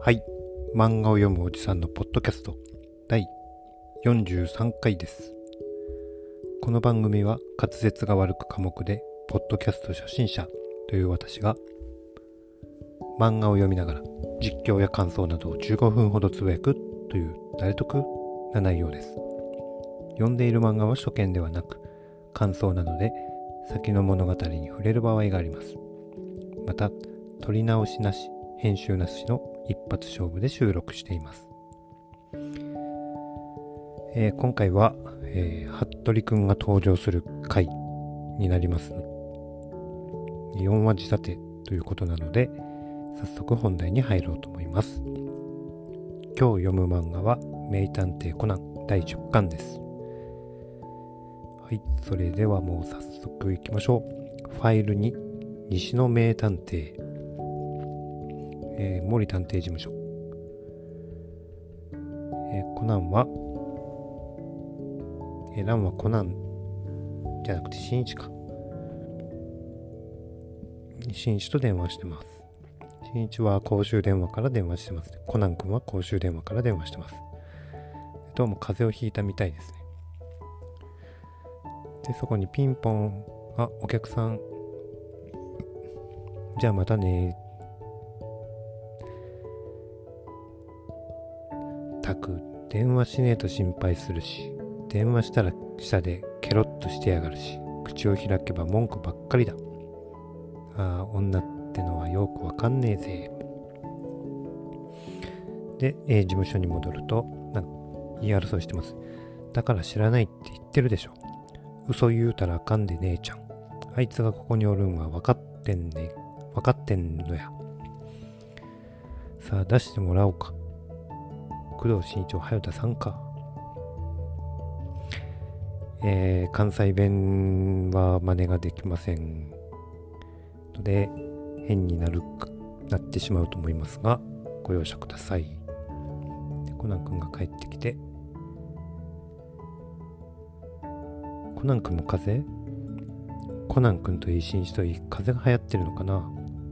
はい。漫画を読むおじさんのポッドキャスト第43回です。この番組は滑舌が悪く寡黙でポッドキャスト初心者という私が漫画を読みながら実況や感想などを15分ほどつぶやくという誰得な内容です。読んでいる漫画は初見ではなく感想などで先の物語に触れる場合があります。また撮り直しなし編集なしの一発勝負で収録しています。今回は、服部くんが登場する回になります。4話仕立てということなので早速本題に入ろうと思います。今日読む漫画は名探偵コナン第10巻です。はい、それではもう早速いきましょう。ファイルに西の名探偵、森探偵事務所、コナンは、ランはコナンじゃなくて新一か。新一と電話してます。新一は公衆電話から電話してます、ね。コナン君は公衆電話から電話してます。どうも風邪をひいたみたいですね。で、そこにピンポン、お客さん。じゃあまたね。たく電話しねえと心配するし、電話したら下でケロッとしてやがるし、口を開けば文句ばっかりだ。女ってのはよくわかんねえぜ。で、事務所に戻ると言い争いしてます。だから知らないって言ってるでしょ。嘘言うたらあかんで姉ちゃん。あいつがここにおるんは分かってんのや。さあ出してもらおうか。工藤新一を早田さんか。関西弁は真似ができませんので変になってしまうと思いますがご容赦ください。でコナン君が帰ってきて、コナン君も風邪？コナン君といい新一といい風邪が流行ってるのかな。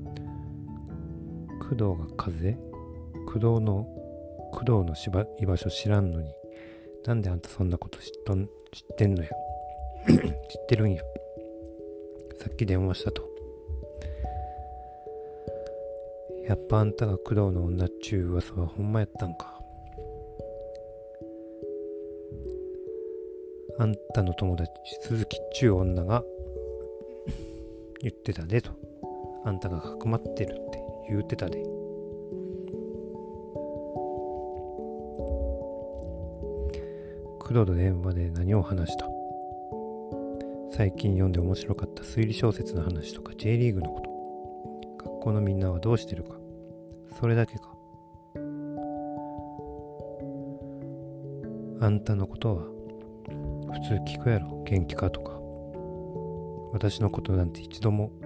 工藤が風邪？工藤の居場所知らんのになんであんたそんなこと知ってんのや知ってるんや。さっき電話したと。やっぱあんたが工藤の女っちゅう噂はほんまやったんか。あんたの友達鈴木っちゅう女が言ってたでと。あんたがかくまってるって言うてたで。工藤と電話で何を話した？最近読んで面白かった推理小説の話とか J リーグのこと。学校のみんなはどうしてるか。それだけか。あんたのことは普通聞くやろ。元気かとか。私のことなんて一度も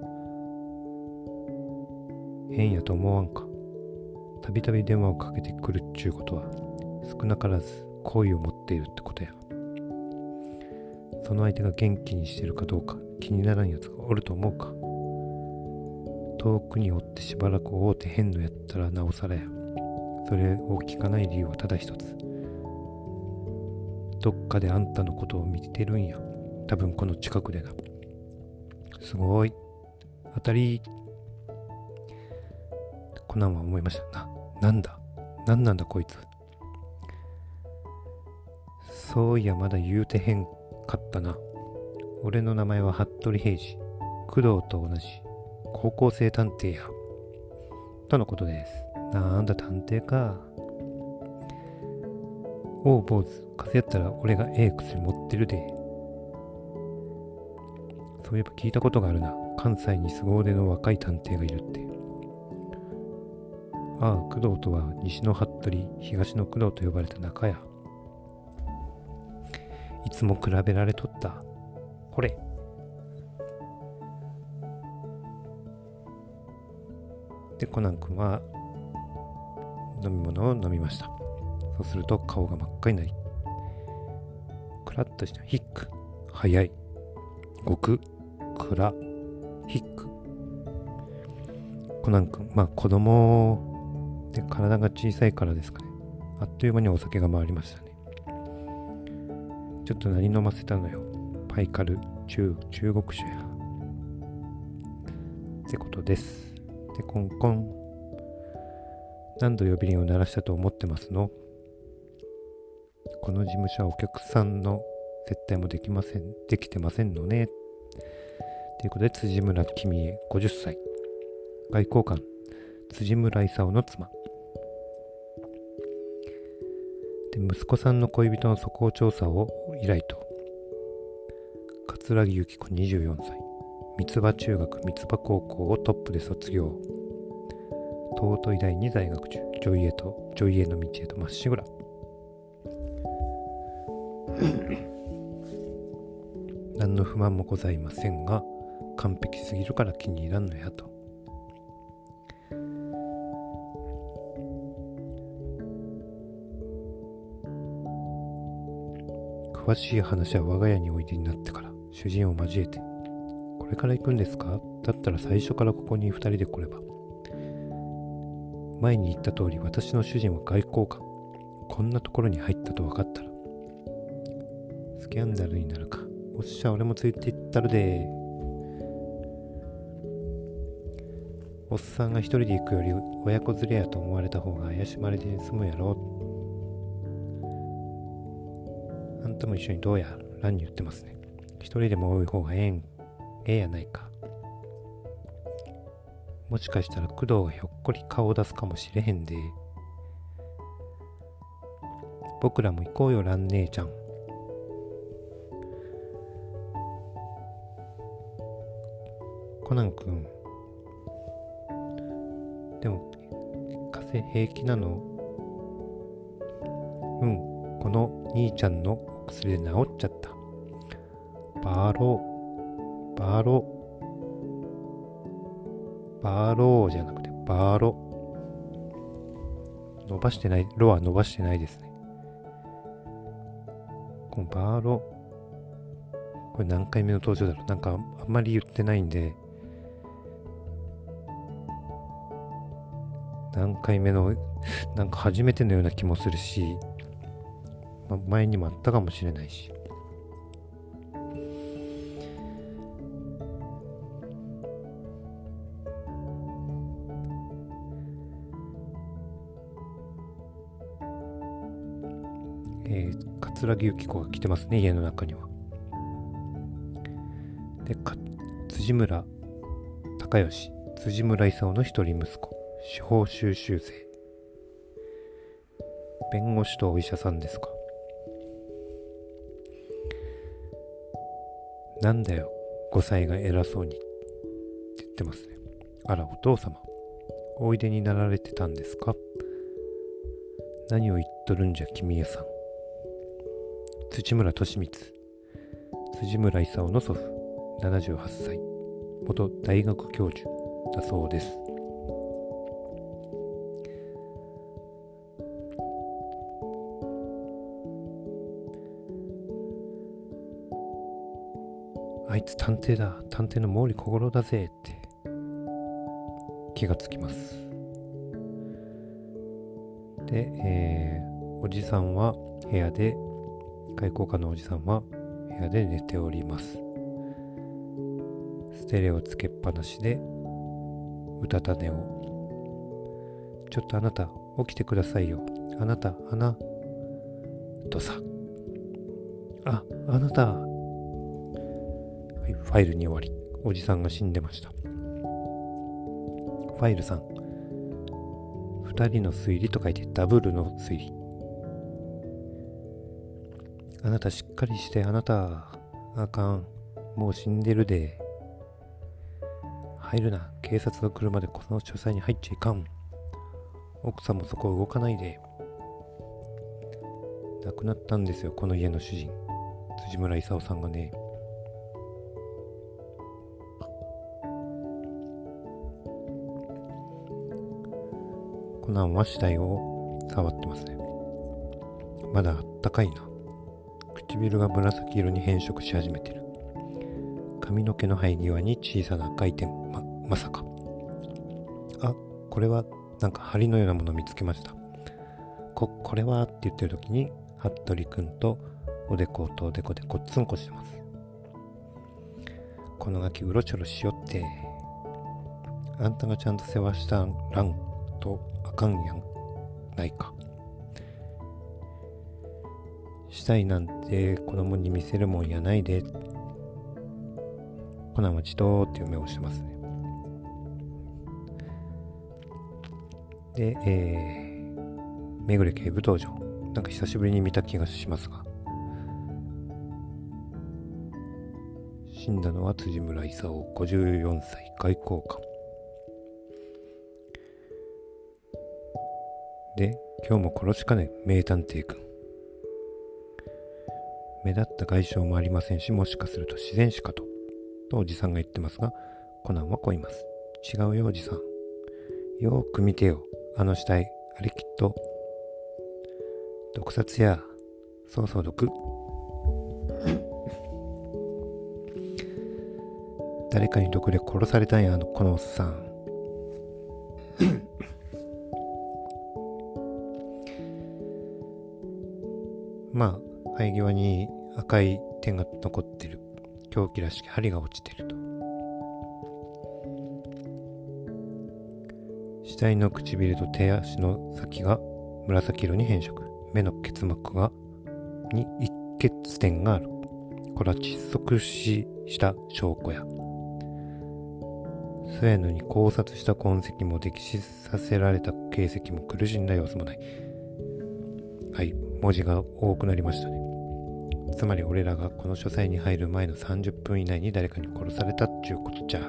変やと思わんか。たびたび電話をかけてくるっちゅうことは少なからず好意を持っているってことや。その相手が元気にしてるかどうか気にならんやつがおると思うか。遠くにおってしばらく会うてへんのやったらなおさらや。それを聞かない理由はただ一つ。どっかであんたのことを見てるんや。多分この近くでな。すごい当たり。コナンは思いました。なんだこいつ。そういやまだ言うてへんかったな。俺の名前は服部平次。工藤と同じ高校生探偵やとのことです。なんだ探偵か。おう坊主、風邪やったら俺が薬持ってるで。そういえば聞いたことがあるな。関西に凄腕の若い探偵がいるって。工藤とは西の服部、東の工藤と呼ばれた仲や。いつも比べられとった。これ。で、コナン君は飲み物を飲みました。そうすると顔が真っ赤になり、クラッとしたヒック、早い、極、クラ、ヒック。コナン君、子供で、体が小さいからですかね。あっという間にお酒が回りましたね。ちょっと何飲ませたのよ。パイカル中国酒や。ってことです。で、コンコン。何度呼び鈴を鳴らしたと思ってますの？この事務所はお客さんの接待もできてませんのね。ということで、辻村君恵50歳。外交官、辻村勲の妻。で、息子さんの恋人の素行調査を依頼と。桂木由紀子24歳。三葉中学、三葉高校をトップで卒業。東都医大に在学中。女医への道へとまっしぐら。何の不満もございませんが、完璧すぎるから気に入らんのやと。詳しい話は我が家においでになってから主人を交えて、これから行くんですか？だったら最初からここに2人で来れば。前に言った通り、私の主人は外交官。こんなところに入ったと分かったらスキャンダルになるか。おっしゃ、俺もついていったるで。おっさんが一人で行くより親子連れやと思われた方が怪しまれで済むやろ。あんたも一緒にどうやらんに言ってますね。一人でも多い方がええやないか。もしかしたら工藤がひょっこり顔を出すかもしれへんで。僕らも行こうよ、蘭姉ちゃん。コナン君、でも風邪平気なの？うん、この兄ちゃんの薬で治っちゃった。バローじゃなくてバロ。伸ばしてない、ロは伸ばしてないですね。このバロ、これ何回目の登場だろう。なんかあんまり言ってないんで、何回目の、なんか初めてのような気もするし、前にもあったかもしれないし。桂木由紀子が来てますね、家の中には。で、辻村隆義、辻村勲の一人息子、司法修習生。弁護士とお医者さんですか。なんだよ、5歳が偉そうにって言ってますね。あら、お父様、おいでになられてたんですか。何を言っとるんじゃ、君江さん。辻村利光、辻村勲の祖父、78歳、元大学教授だそうです。あいつ探偵だ、探偵の毛利小五郎だぜって気がつきます。で、おじさんは部屋で、外交官のおじさんは部屋で寝ております。ステレオつけっぱなしでうたた寝を。ちょっとあなた起きてくださいよ。あなたとさ。あなた。はい、ファイルに終わり。おじさんが死んでました。ファイルさん。2人の推理と書いてダブルの推理。あなたしっかりして。あなたあかん。もう死んでるで。入るな。警察の車でこの書斎に入っちゃいかん。奥さんもそこ動かないで。亡くなったんですよ、この家の主人、辻村勲さんがね。コナンは死体を触ってますね。まだあったかいな。唇が紫色に変色し始めてる。髪の毛の生え際に小さな赤い点。まさか。あ、これはなんか針のようなものを見つけました。これはって言ってる時に服部くんとおでことおでこでこっつんこしてます。このガキうろちょろしよって、あんたがちゃんと世話したらんとあかんやんないか。したいなんて子供に見せるもんやないで。コナンはじとーっていう目をしてますね。で、めぐれ警部登場。なんか久しぶりに見た気がしますが、死んだのは辻村勲54歳外交官で、今日も殺しかね名探偵くん。目立った外傷もありませんし、もしかすると自然死かとおじさんが言ってますが、コナンはこう言います。違うよおじさん、よーく見てよ、あの死体、あれきっと毒殺や。そうそう、毒。誰かに毒で殺されたんや、このおっさん。まあ生え際に赤い点が残ってる、凶器らしき針が落ちてると。死体の唇と手足の先が紫色に変色、目の結膜に一血点がある。これは窒息死した証拠や。そうやのに考察した痕跡も溺死させられた形跡も苦しんだ様子もない。はい、文字が多くなりましたね。つまり俺らがこの書斎に入る前の30分以内に誰かに殺されたっちゅうことじゃ。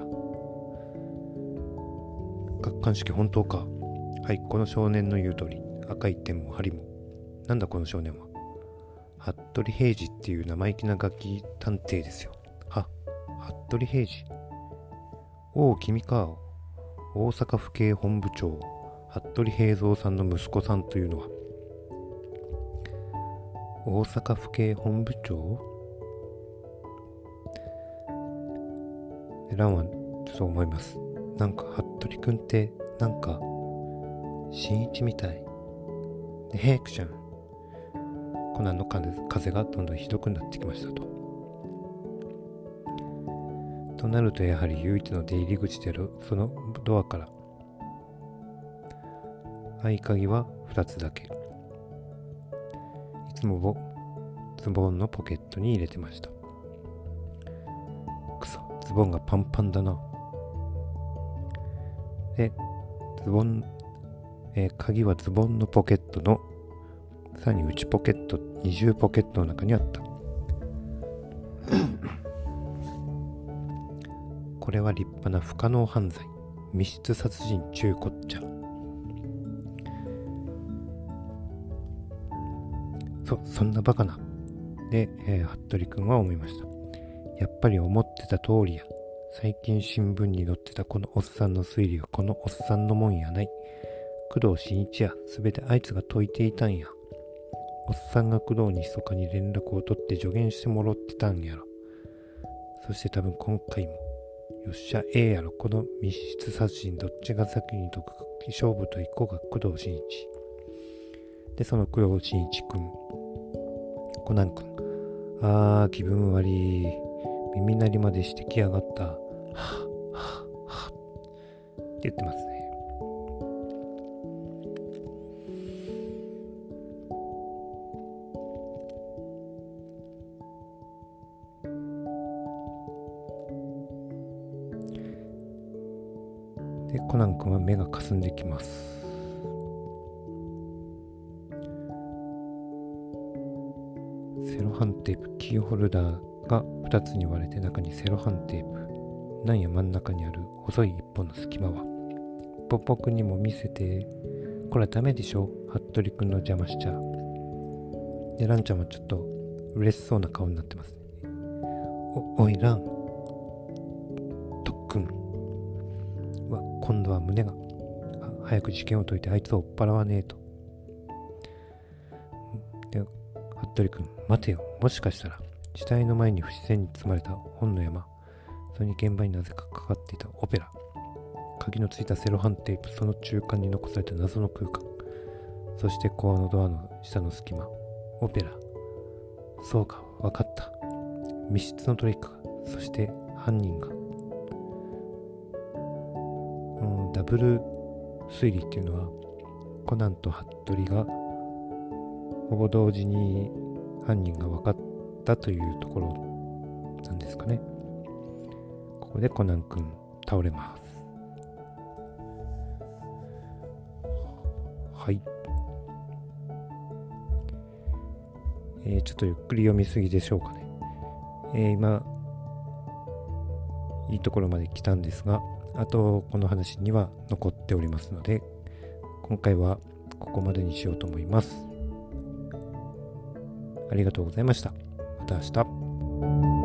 客観式本当か。はい、この少年の言う通り、赤い点も針も。なんだこの少年は。服部平次っていう生意気なガキ探偵ですよ。服部平次。おお、君か。大阪府警本部長服部平蔵さんの息子さんというのは。大阪府警本部長？ランはそう思います。なんか服部くんってなんか新一みたいで、ヘイクちゃん。コナンの風がどんどんひどくなってきましたとなると、やはり唯一の出入り口であるそのドアから合鍵は2つだけ。いつもズボンのポケットに入れてました。くそ、ズボンがパンパンだな。で、鍵はズボンのポケットのさらに内ポケット、二重ポケットの中にあった。これは立派な不可能犯罪、密室殺人中こっちゃ。そんなバカな。で、服部くんは思いました。やっぱり思ってた通りや。最近新聞に載ってたこのおっさんの推理はこのおっさんのもんやない。工藤新一や。すべてあいつが解いていたんや。おっさんが工藤に密かに連絡を取って助言してもらってたんやろ。そして多分今回もよっしゃやろ。この密室殺人どっちが先に解くか勝負と一個が工藤新一で、その工藤新一くん、コナンくん、気分悪い、耳鳴りまでしてきやがった、はっはっはって言ってますね。で、コナン君は目がかすんできます。セロハンテープ、キーホルダーが2つに割れて中にセロハンテープ。なんや真ん中にある細い一本の隙間は。ポッポくんにも見せて。これはダメでしょ、服部くんの邪魔しちゃ。で、ランちゃんはちょっと嬉しそうな顔になってますね。おいラン、特訓は今度は胸が。早く事件を解いてあいつを追っ払わねえと。で、服部くん、待てよ。もしかしたら死体の前に不自然に包まれた本の山、それに現場になぜかかかっていたオペラ、 鍵のついたセロハンテープ、その中間に残された謎の空間、そしてコアのドアの下の隙間、オペラ。そうか、わかった。密室のトリックが、そして犯人が。ダブル推理っていうのは、コナンと服部がほぼ同時に犯人が分かったというところなんですかね。ここでコナン君倒れます。はい。ちょっとゆっくり読みすぎでしょうかね。今いいところまで来たんですが、あとこの話には残っておりますので、今回はここまでにしようと思います。ありがとうございました。また明日。